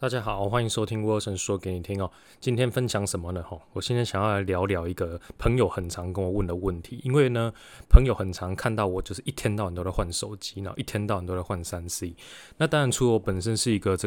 大家好，欢迎收听 Wilson 说给你听哦。今天分享什么呢？我今天想要来聊聊一个朋友很常跟我问的问题，因为呢，朋友很常看到我就是一天到晚都在换手机，然后一天到晚都在换3C。那当然，除了我本身是一个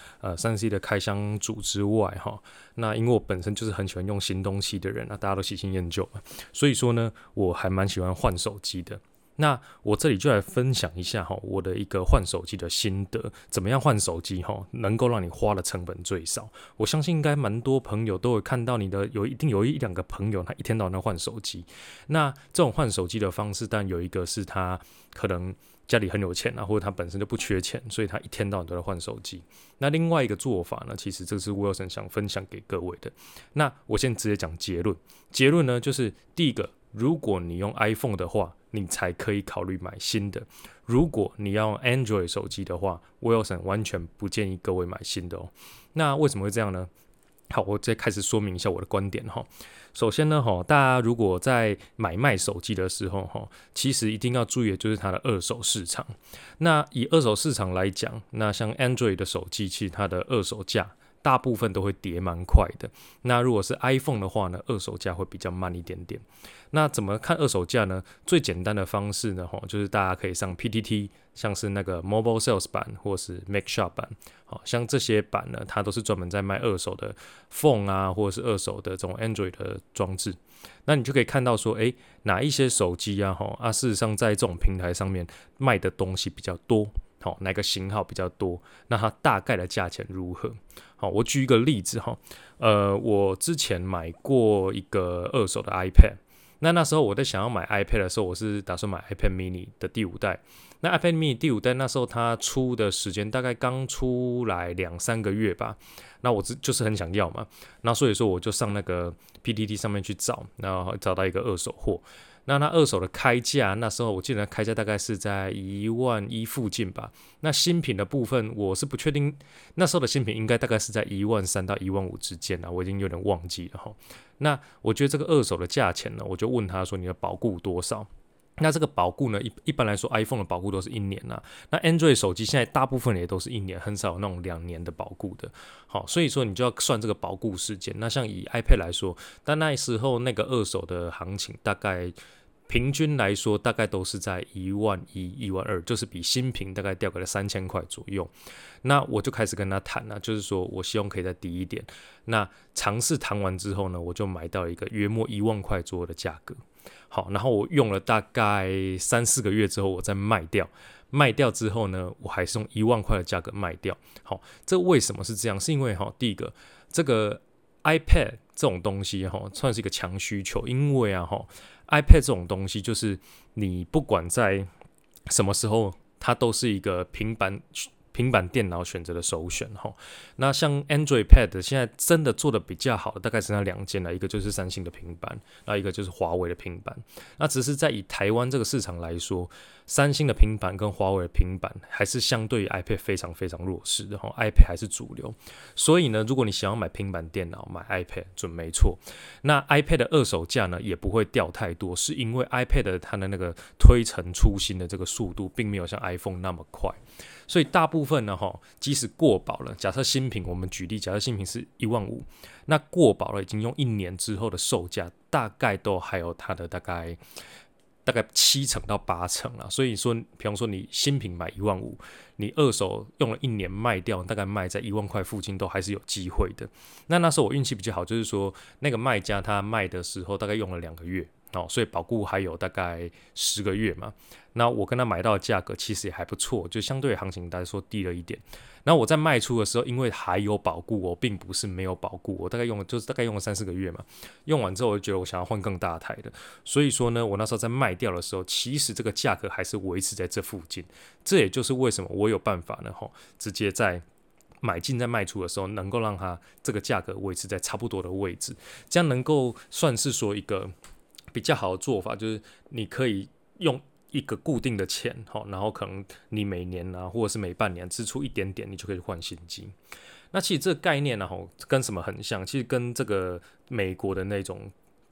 3C 的开箱主之外，那因为我本身就是很喜欢用新东西的人，那大家都喜新厌旧嘛，所以说呢，我还蛮喜欢换手机的。那我这里就来分享一下我的一个换手机的心得，怎么样换手机能够让你花的成本最少。我相信应该蛮多朋友都会看到你的一定有一两个朋友他一天到晚在换手机。那这种换手机的方式，但有一个是他可能家里很有钱啊，或者他本身就不缺钱，所以他一天到晚都在换手机。那另外一个做法呢，其实这是 Wilson 想分享给各位的。那我先直接讲结论，结论呢就是第一个，如果你用 iPhone 的话，你才可以考虑买新的。如果你要用 Android 手机的话 ，Wilson 完全不建议各位买新的哦。那为什么会这样呢？好，我直接开始说明一下我的观点哈。首先呢，大家如果在买卖手机的时候，其实一定要注意的就是它的二手市场。那以二手市场来讲，那像 Android 的手机，其实它的二手价大部分都会跌蛮快的。那如果是 iPhone 的话呢，二手价会比较慢一点点。那怎么看二手价呢？最简单的方式呢，就是大家可以上 PTT， 像是那个 Mobile Sales 版或是 Make Shop 版，像这些版呢，它都是专门在卖二手的 Phone 啊，或者是二手的这种 Android 的装置。那你就可以看到说，哪一些手机啊，事实上在这种平台上面卖的东西比较多。哪个型号比较多？那它大概的价钱如何？好，我举一个例子我之前买过一个二手的 iPad， 那时候我在想要买 iPad 的时候，我是打算买 iPad mini 的第5代。那 iPad mini 第5代那时候它出的时间大概刚出来2-3个月吧，那我就是很想要嘛，那所以说我就上那个 PTT 上面去找，然后找到一个二手货。那它二手的开价，那时候我记得开价大概是在11000附近吧。那新品的部分我是不确定，那时候的新品应该大概是在13000到15000之间我已经有点忘记了那我觉得这个二手的价钱呢，我就问他说你的保固多少？那这个保固呢，一般来说 iPhone 的保固都是1年那 Android 手机现在大部分也都是1年，很少有那种2年的保固的。好，所以说你就要算这个保固时间。那像以 iPad 来说，但那时候那个二手的行情大概平均来说大概都是在11000、12000，就是比新品大概掉个3000块左右。那我就开始跟他谈就是说我希望可以再低一点。那尝试谈完之后呢，我就买到一个约莫10000块左右的价格。好，然后我用了大概3-4个月之后，我再卖掉。卖掉之后呢，我还是用10000块的价格卖掉。好，这为什么是这样？是因为第一个，这个 iPad 这种东西算是一个强需求，因为iPad 这种东西就是你不管在什么时候，它都是一个平板电脑选择的首选那像 Android Pad 现在真的做的比较好的大概是那2件一个就是三星的平板，那一个就是华为的平板。那只是在以台湾这个市场来说，三星的平板跟华为的平板还是相对于 iPad 非常非常弱势的iPad 还是主流。所以呢，如果你想要买平板电脑，买 iPad 准没错。那 iPad 的二手价呢也不会掉太多，是因为 iPad 它的那个推陈出新的这个速度并没有像 iPhone 那么快。所以大部分呢即使过保了，假设新品，我们举例，假设新品是15000，那过保了已经用1年之后的售价，大概都还有它的大概7成到8成啦。所以说，比方说你新品买15000，你二手用了1年卖掉，大概卖在10000块附近都还是有机会的。那时候我运气比较好，就是说那个卖家他卖的时候大概用了2个月。所以保固还有大概10个月嘛，那我跟他买到的价格其实也还不错，就相对于行情来说低了一点。那我在卖出的时候，因为还有保固，我并不是没有保固，我大概用了3-4个月嘛，用完之后我就觉得我想要换更大台的，所以说呢，我那时候在卖掉的时候，其实这个价格还是维持在这附近。这也就是为什么我有办法呢，直接在买进在卖出的时候，能够让它这个价格维持在差不多的位置，这样能够算是说一个比较好的做法，就是你可以用一个固定的钱，然后可能你每年或者是每半年支出一点点，你就可以换新机。那其实这个概念跟什么很像？其实跟这个美国的那种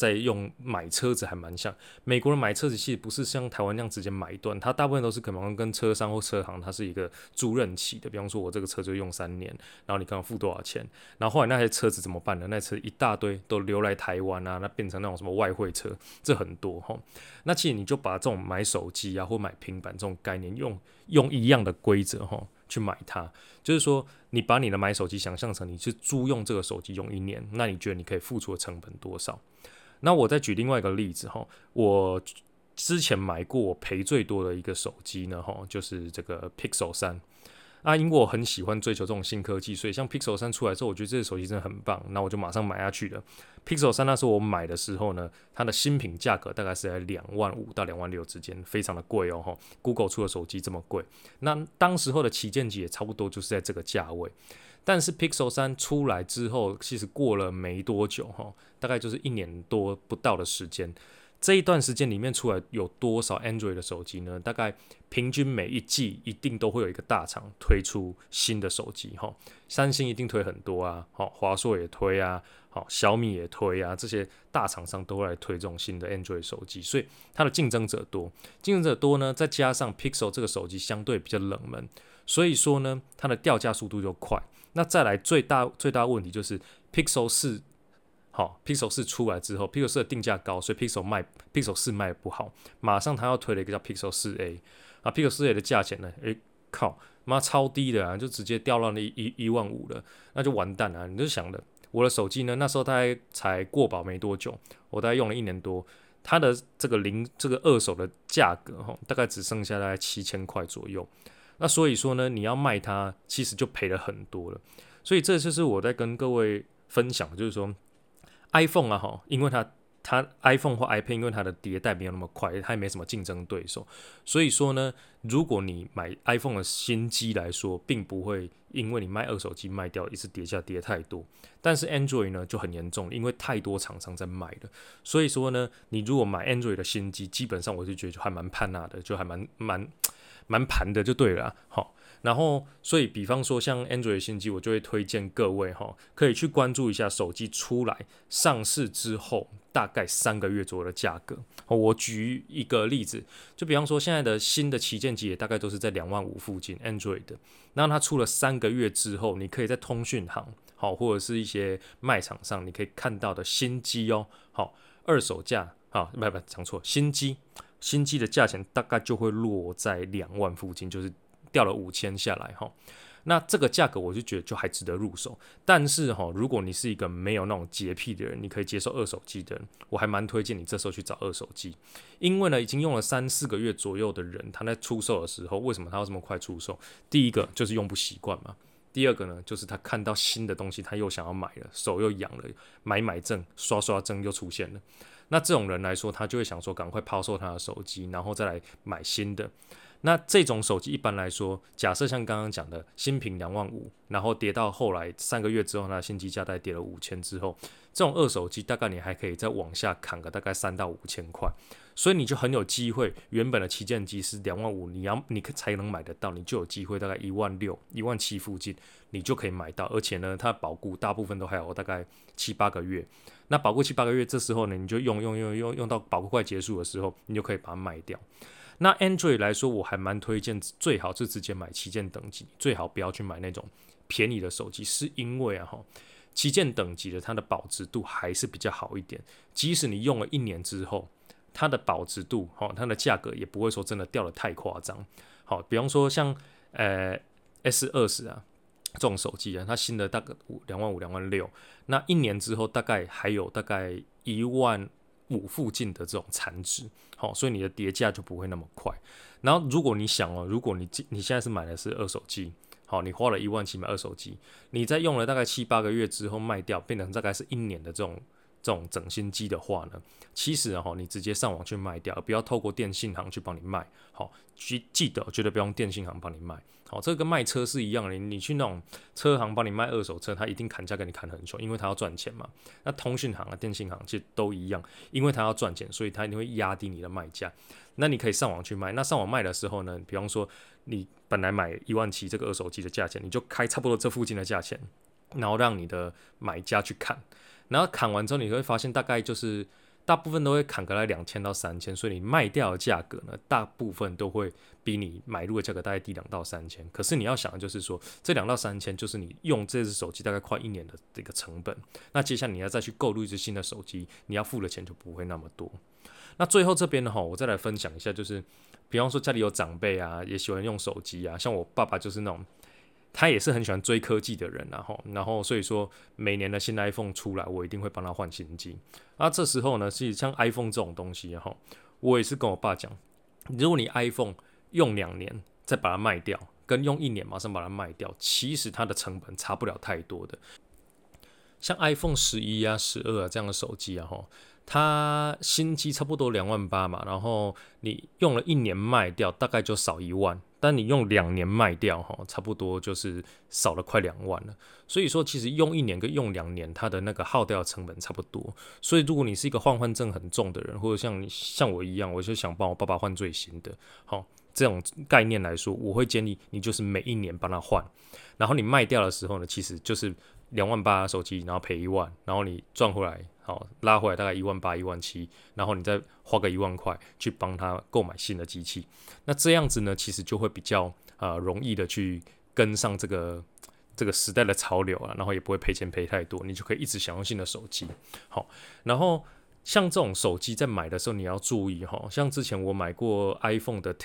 在用买车子还蛮像。美国人买车子其实不是像台湾那样直接买断，他大部分都是可能跟车商或车行，它是一个租赁期的。比方说，我这个车就用3年，然后你看我付多少钱，然后后来那些车子怎么办呢？那车一大堆都流来台湾啊，那变成那种什么外汇车，这很多哈。那其实你就把这种买手机啊或买平板这种概念用一样的规则哈去买它，就是说你把你的买手机想象成你是租用这个手机用1年，那你觉得你可以付出的成本多少？那我再举另外一个例子哈，我之前买过我赔最多的一个手机呢哈，就是这个 Pixel 3。因为我很喜欢追求这种新科技，所以像 Pixel 3出来之后，我觉得这个手机真的很棒，那我就马上买下去了。Pixel 3那时候我买的时候呢，它的新品价格大概是在25000到26000之间，非常的贵哦。Google 出的手机这么贵，那当时候的旗舰机也差不多就是在这个价位。但是 Pixel 3出来之后，其实过了没多久大概就是1年多不到的时间。这一段时间里面出来有多少 Android 的手机呢？大概平均每一季一定都会有一个大厂推出新的手机三星一定推很多啊，华硕也推啊，小米也推啊，这些大厂商都会来推这种新的 Android 手机，所以它的竞争者多。竞争者多呢，再加上 Pixel 这个手机相对比较冷门，所以说呢，它的掉价速度就快。那再来最大的问题就是 Pixel 4。Pixel 4出来之后 ，Pixel 4的定价高，所以 Pixel 4卖不好，马上他要推了一个叫 Pixel 4A Pixel 4A 的价钱呢，靠，妈超低的啊，就直接掉到那15000了，那就完蛋了。你就想了，我的手机呢，那时候大概才过保没多久，我大概用了1年多，它的这个二手的价格大概只剩下大概7000块左右。那所以说呢，你要卖它，其实就赔了很多了。所以这就是我在跟各位分享，就是说。iPhone 因为它 iPhone 或 iPad 因为它的迭代没有那么快，它也没什么竞争对手，所以说呢，如果你买 iPhone 的新机来说，并不会因为你卖二手机卖掉一次跌价跌太多，但是 Android 呢就很严重，因为太多厂商在卖了，所以说呢，你如果买 Android 的新机，基本上我就觉得就还蛮叛逆的，就还蛮盘的就对了然后，所以比方说像 Android 新机，我就会推荐各位可以去关注一下手机出来上市之后大概3个月左右的价格。我举一个例子，就比方说现在的新的旗舰机也大概都是在25000附近 Android 的，那它出了3个月之后，你可以在通讯行或者是一些卖场上，你可以看到的新机二手价不讲错，新机的价钱大概就会落在20000附近，就是掉了5000下来那这个价格我就觉得就还值得入手。但是如果你是一个没有那种洁癖的人，你可以接受二手机的人，我还蛮推荐你这时候去找二手机，因为呢已经用了3-4个月左右的人，他在出售的时候，为什么他要这么快出售？第一个就是用不习惯嘛，第二个呢就是他看到新的东西他又想要买了，手又痒了，买证刷证又出现了。那这种人来说，他就会想说赶快抛售他的手机，然后再来买新的。那这种手机一般来说，假设像刚刚讲的新品25000，然后跌到后来3个月之后，它的新机价大概跌了5000之后，这种二手机大概你还可以再往下砍个大概3到5000块，所以你就很有机会，原本的旗舰机是25000，你才能买得到，你就有机会大概16000、17000附近，你就可以买到，而且呢，它的保固大部分都还有大概7-8个月。那保固7-8个月，这时候呢，你就用到保固快结束的时候，你就可以把它卖掉。那 Android 来说，我还蛮推荐，最好是直接买旗舰等级，最好不要去买那种便宜的手机，是因为旗舰等级的它的保值度还是比较好一点，即使你用了1年之后，它的保值度它的价格也不会说真的掉得太夸张。比方说像S20这种手机它新的大概25000、26000，那1年之后大概还有大概15000附近的这种残值，所以你的跌价就不会那么快。然后如果你想如果你现在是买的是二手机，你花了17000买二手机，你在用了大概7-8个月之后卖掉，变成大概是1年的这种整新机的话呢，其实你直接上网去卖掉，不要透过电信行去帮你卖。记得绝对不要用电信行帮你卖。这个跟卖车是一样的，你去那种车行帮你卖二手车，他一定砍价给你砍很凶，因为他要赚钱嘛。那通讯行电信行其实都一样，因为他要赚钱，所以他一定会压低你的卖价。那你可以上网去卖，那上网卖的时候呢，比方说你本来买17000这个二手机的价钱，你就开差不多这附近的价钱，然后让你的买家去砍，然后砍完之后你会发现大概就是大部分都会砍个来2000到3000，所以你卖掉的价格呢，大部分都会比你买入的价格大概低2到3000。可是你要想的就是说，这2到3000就是你用这只手机大概快1年的这个成本。那接下来你要再去购入一只新的手机，你要付的钱就不会那么多。那最后这边呢，我再来分享一下，就是比方说家里有长辈啊，也喜欢用手机啊，像我爸爸就是那种。他也是很喜欢追科技的人然后所以说每年的新 iPhone 出来，我一定会帮他换新机。那这时候呢，其实像 iPhone 这种东西我也是跟我爸讲，如果你 iPhone 用2年再把它卖掉，跟用1年马上把它卖掉，其实它的成本差不了太多的。像 iPhone 11啊、12啊这样的手机它新机差不多28000嘛，然后你用了1年卖掉，大概就少1万。但你用2年卖掉差不多就是少了快2万了。所以说，其实用1年跟用2年，它的那个耗掉的成本差不多。所以如果你是一个换症很重的人，或者像我一样，我就想帮我爸爸换最新的，这种概念来说，我会建议你就是每1年帮他换，然后你卖掉的时候呢，其实就是28000的手机，然后赔1万，然后你赚回来。拉回来大概18000、17000，然后你再花个1万块去帮他购买新的机器，那这样子呢，其实就会比较容易的去跟上这个时代的潮流然后也不会赔钱赔太多，你就可以一直享用新的手机。然后像这种手机在买的时候你要注意像之前我买过 iPhone 的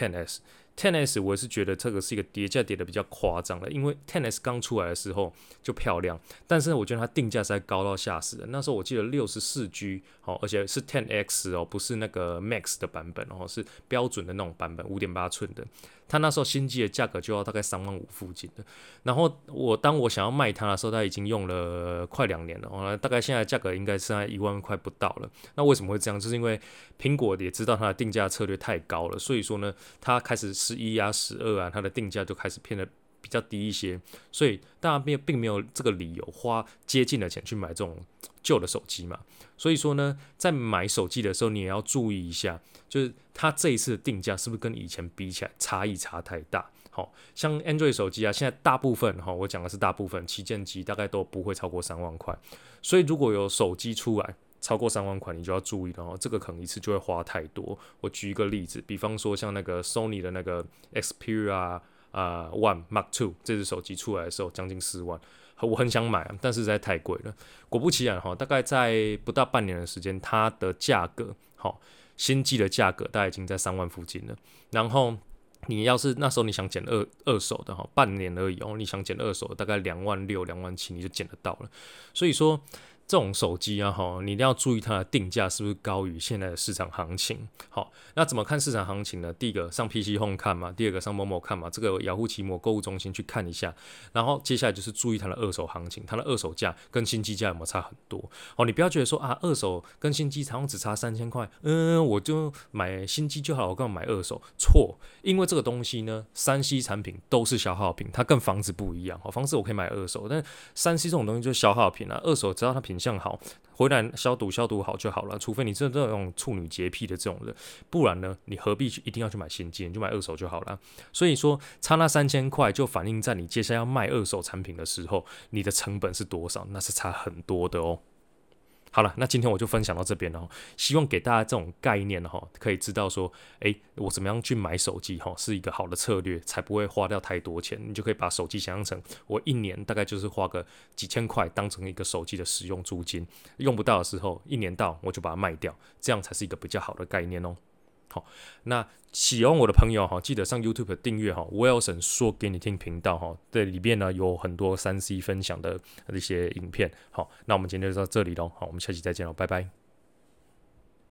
XS，我也是觉得这个是一个跌价跌的比较夸张的，因为 XS 刚出来的时候就漂亮，但是我觉得它定价实在高到吓死人。那时候我记得64G，而且是 XS 不是那个 Max 的版本是标准的那种版本，5.8寸的。它那时候新机的价格就要大概35000附近的。然后当我想要卖它的时候，它已经用了快2年了，大概现在价格应该是在1万块不到了。那为什么会这样？就是因为苹果也知道它的定价策略太高了，所以说呢，它开始11啊、12啊，它的定价就开始偏得比较低一些，所以大家并没有这个理由花接近的钱去买这种旧的手机嘛。所以说呢，在买手机的时候，你也要注意一下，就是它这一次的定价是不是跟以前比起来差太大。像 Android 手机现在大部分我讲的是大部分旗舰机大概都不会超过3万块，所以如果有手机出来超过3万块，你就要注意了这个可能一次就会花太多。我举一个例子，比方说像那个 Sony 的那个 Xperia One Mark II 这只手机出来的时候将近4万，我很想买，但是实在太贵了。果不其然大概在不到半年的时间，它的价格新机的价格大概已经在3万附近了。然后你要是那时候你想捡二手的半年而已你想捡二手的大概26000、27000你就捡得到了。所以说这种手机你一定要注意它的定价是不是高于现在的市场行情。那怎么看市场行情呢？第一个上 PC Home 看嘛，第二个上 Momo 看嘛，这个雅虎奇摩购物中心去看一下，然后接下来就是注意它的二手行情，它的二手价跟新机价有没有差很多你不要觉得说二手跟新机好像只差3000块，我就买新机就好了，我干嘛买二手？错，因为这个东西呢，3C 产品都是消耗品，它跟房子不一样房子我可以买二手，但 3C 这种东西就是消耗品二手只要它品相好，回来消毒好就好了，除非你真的这种处女洁癖的这种的，不然呢，你何必一定要去买新机？你就买二手就好了。所以说，差那3000块就反映在你接下来要卖二手产品的时候，你的成本是多少？那是差很多的哦。好了，那今天我就分享到这边了希望给大家这种概念可以知道说，我怎么样去买手机是一个好的策略，才不会花掉太多钱。你就可以把手机想象成我1年大概就是花个几千块当成一个手机的使用租金，用不到的时候1年到我就把它卖掉，这样才是一个比较好的概念哦。好，那喜欢我的朋友记得上 YouTube 订阅Wilson 说给你听频道这里面呢有很多3C 分享的一些影片。好，那我们今天就到这里咯，好，我们下期再见咯，拜拜。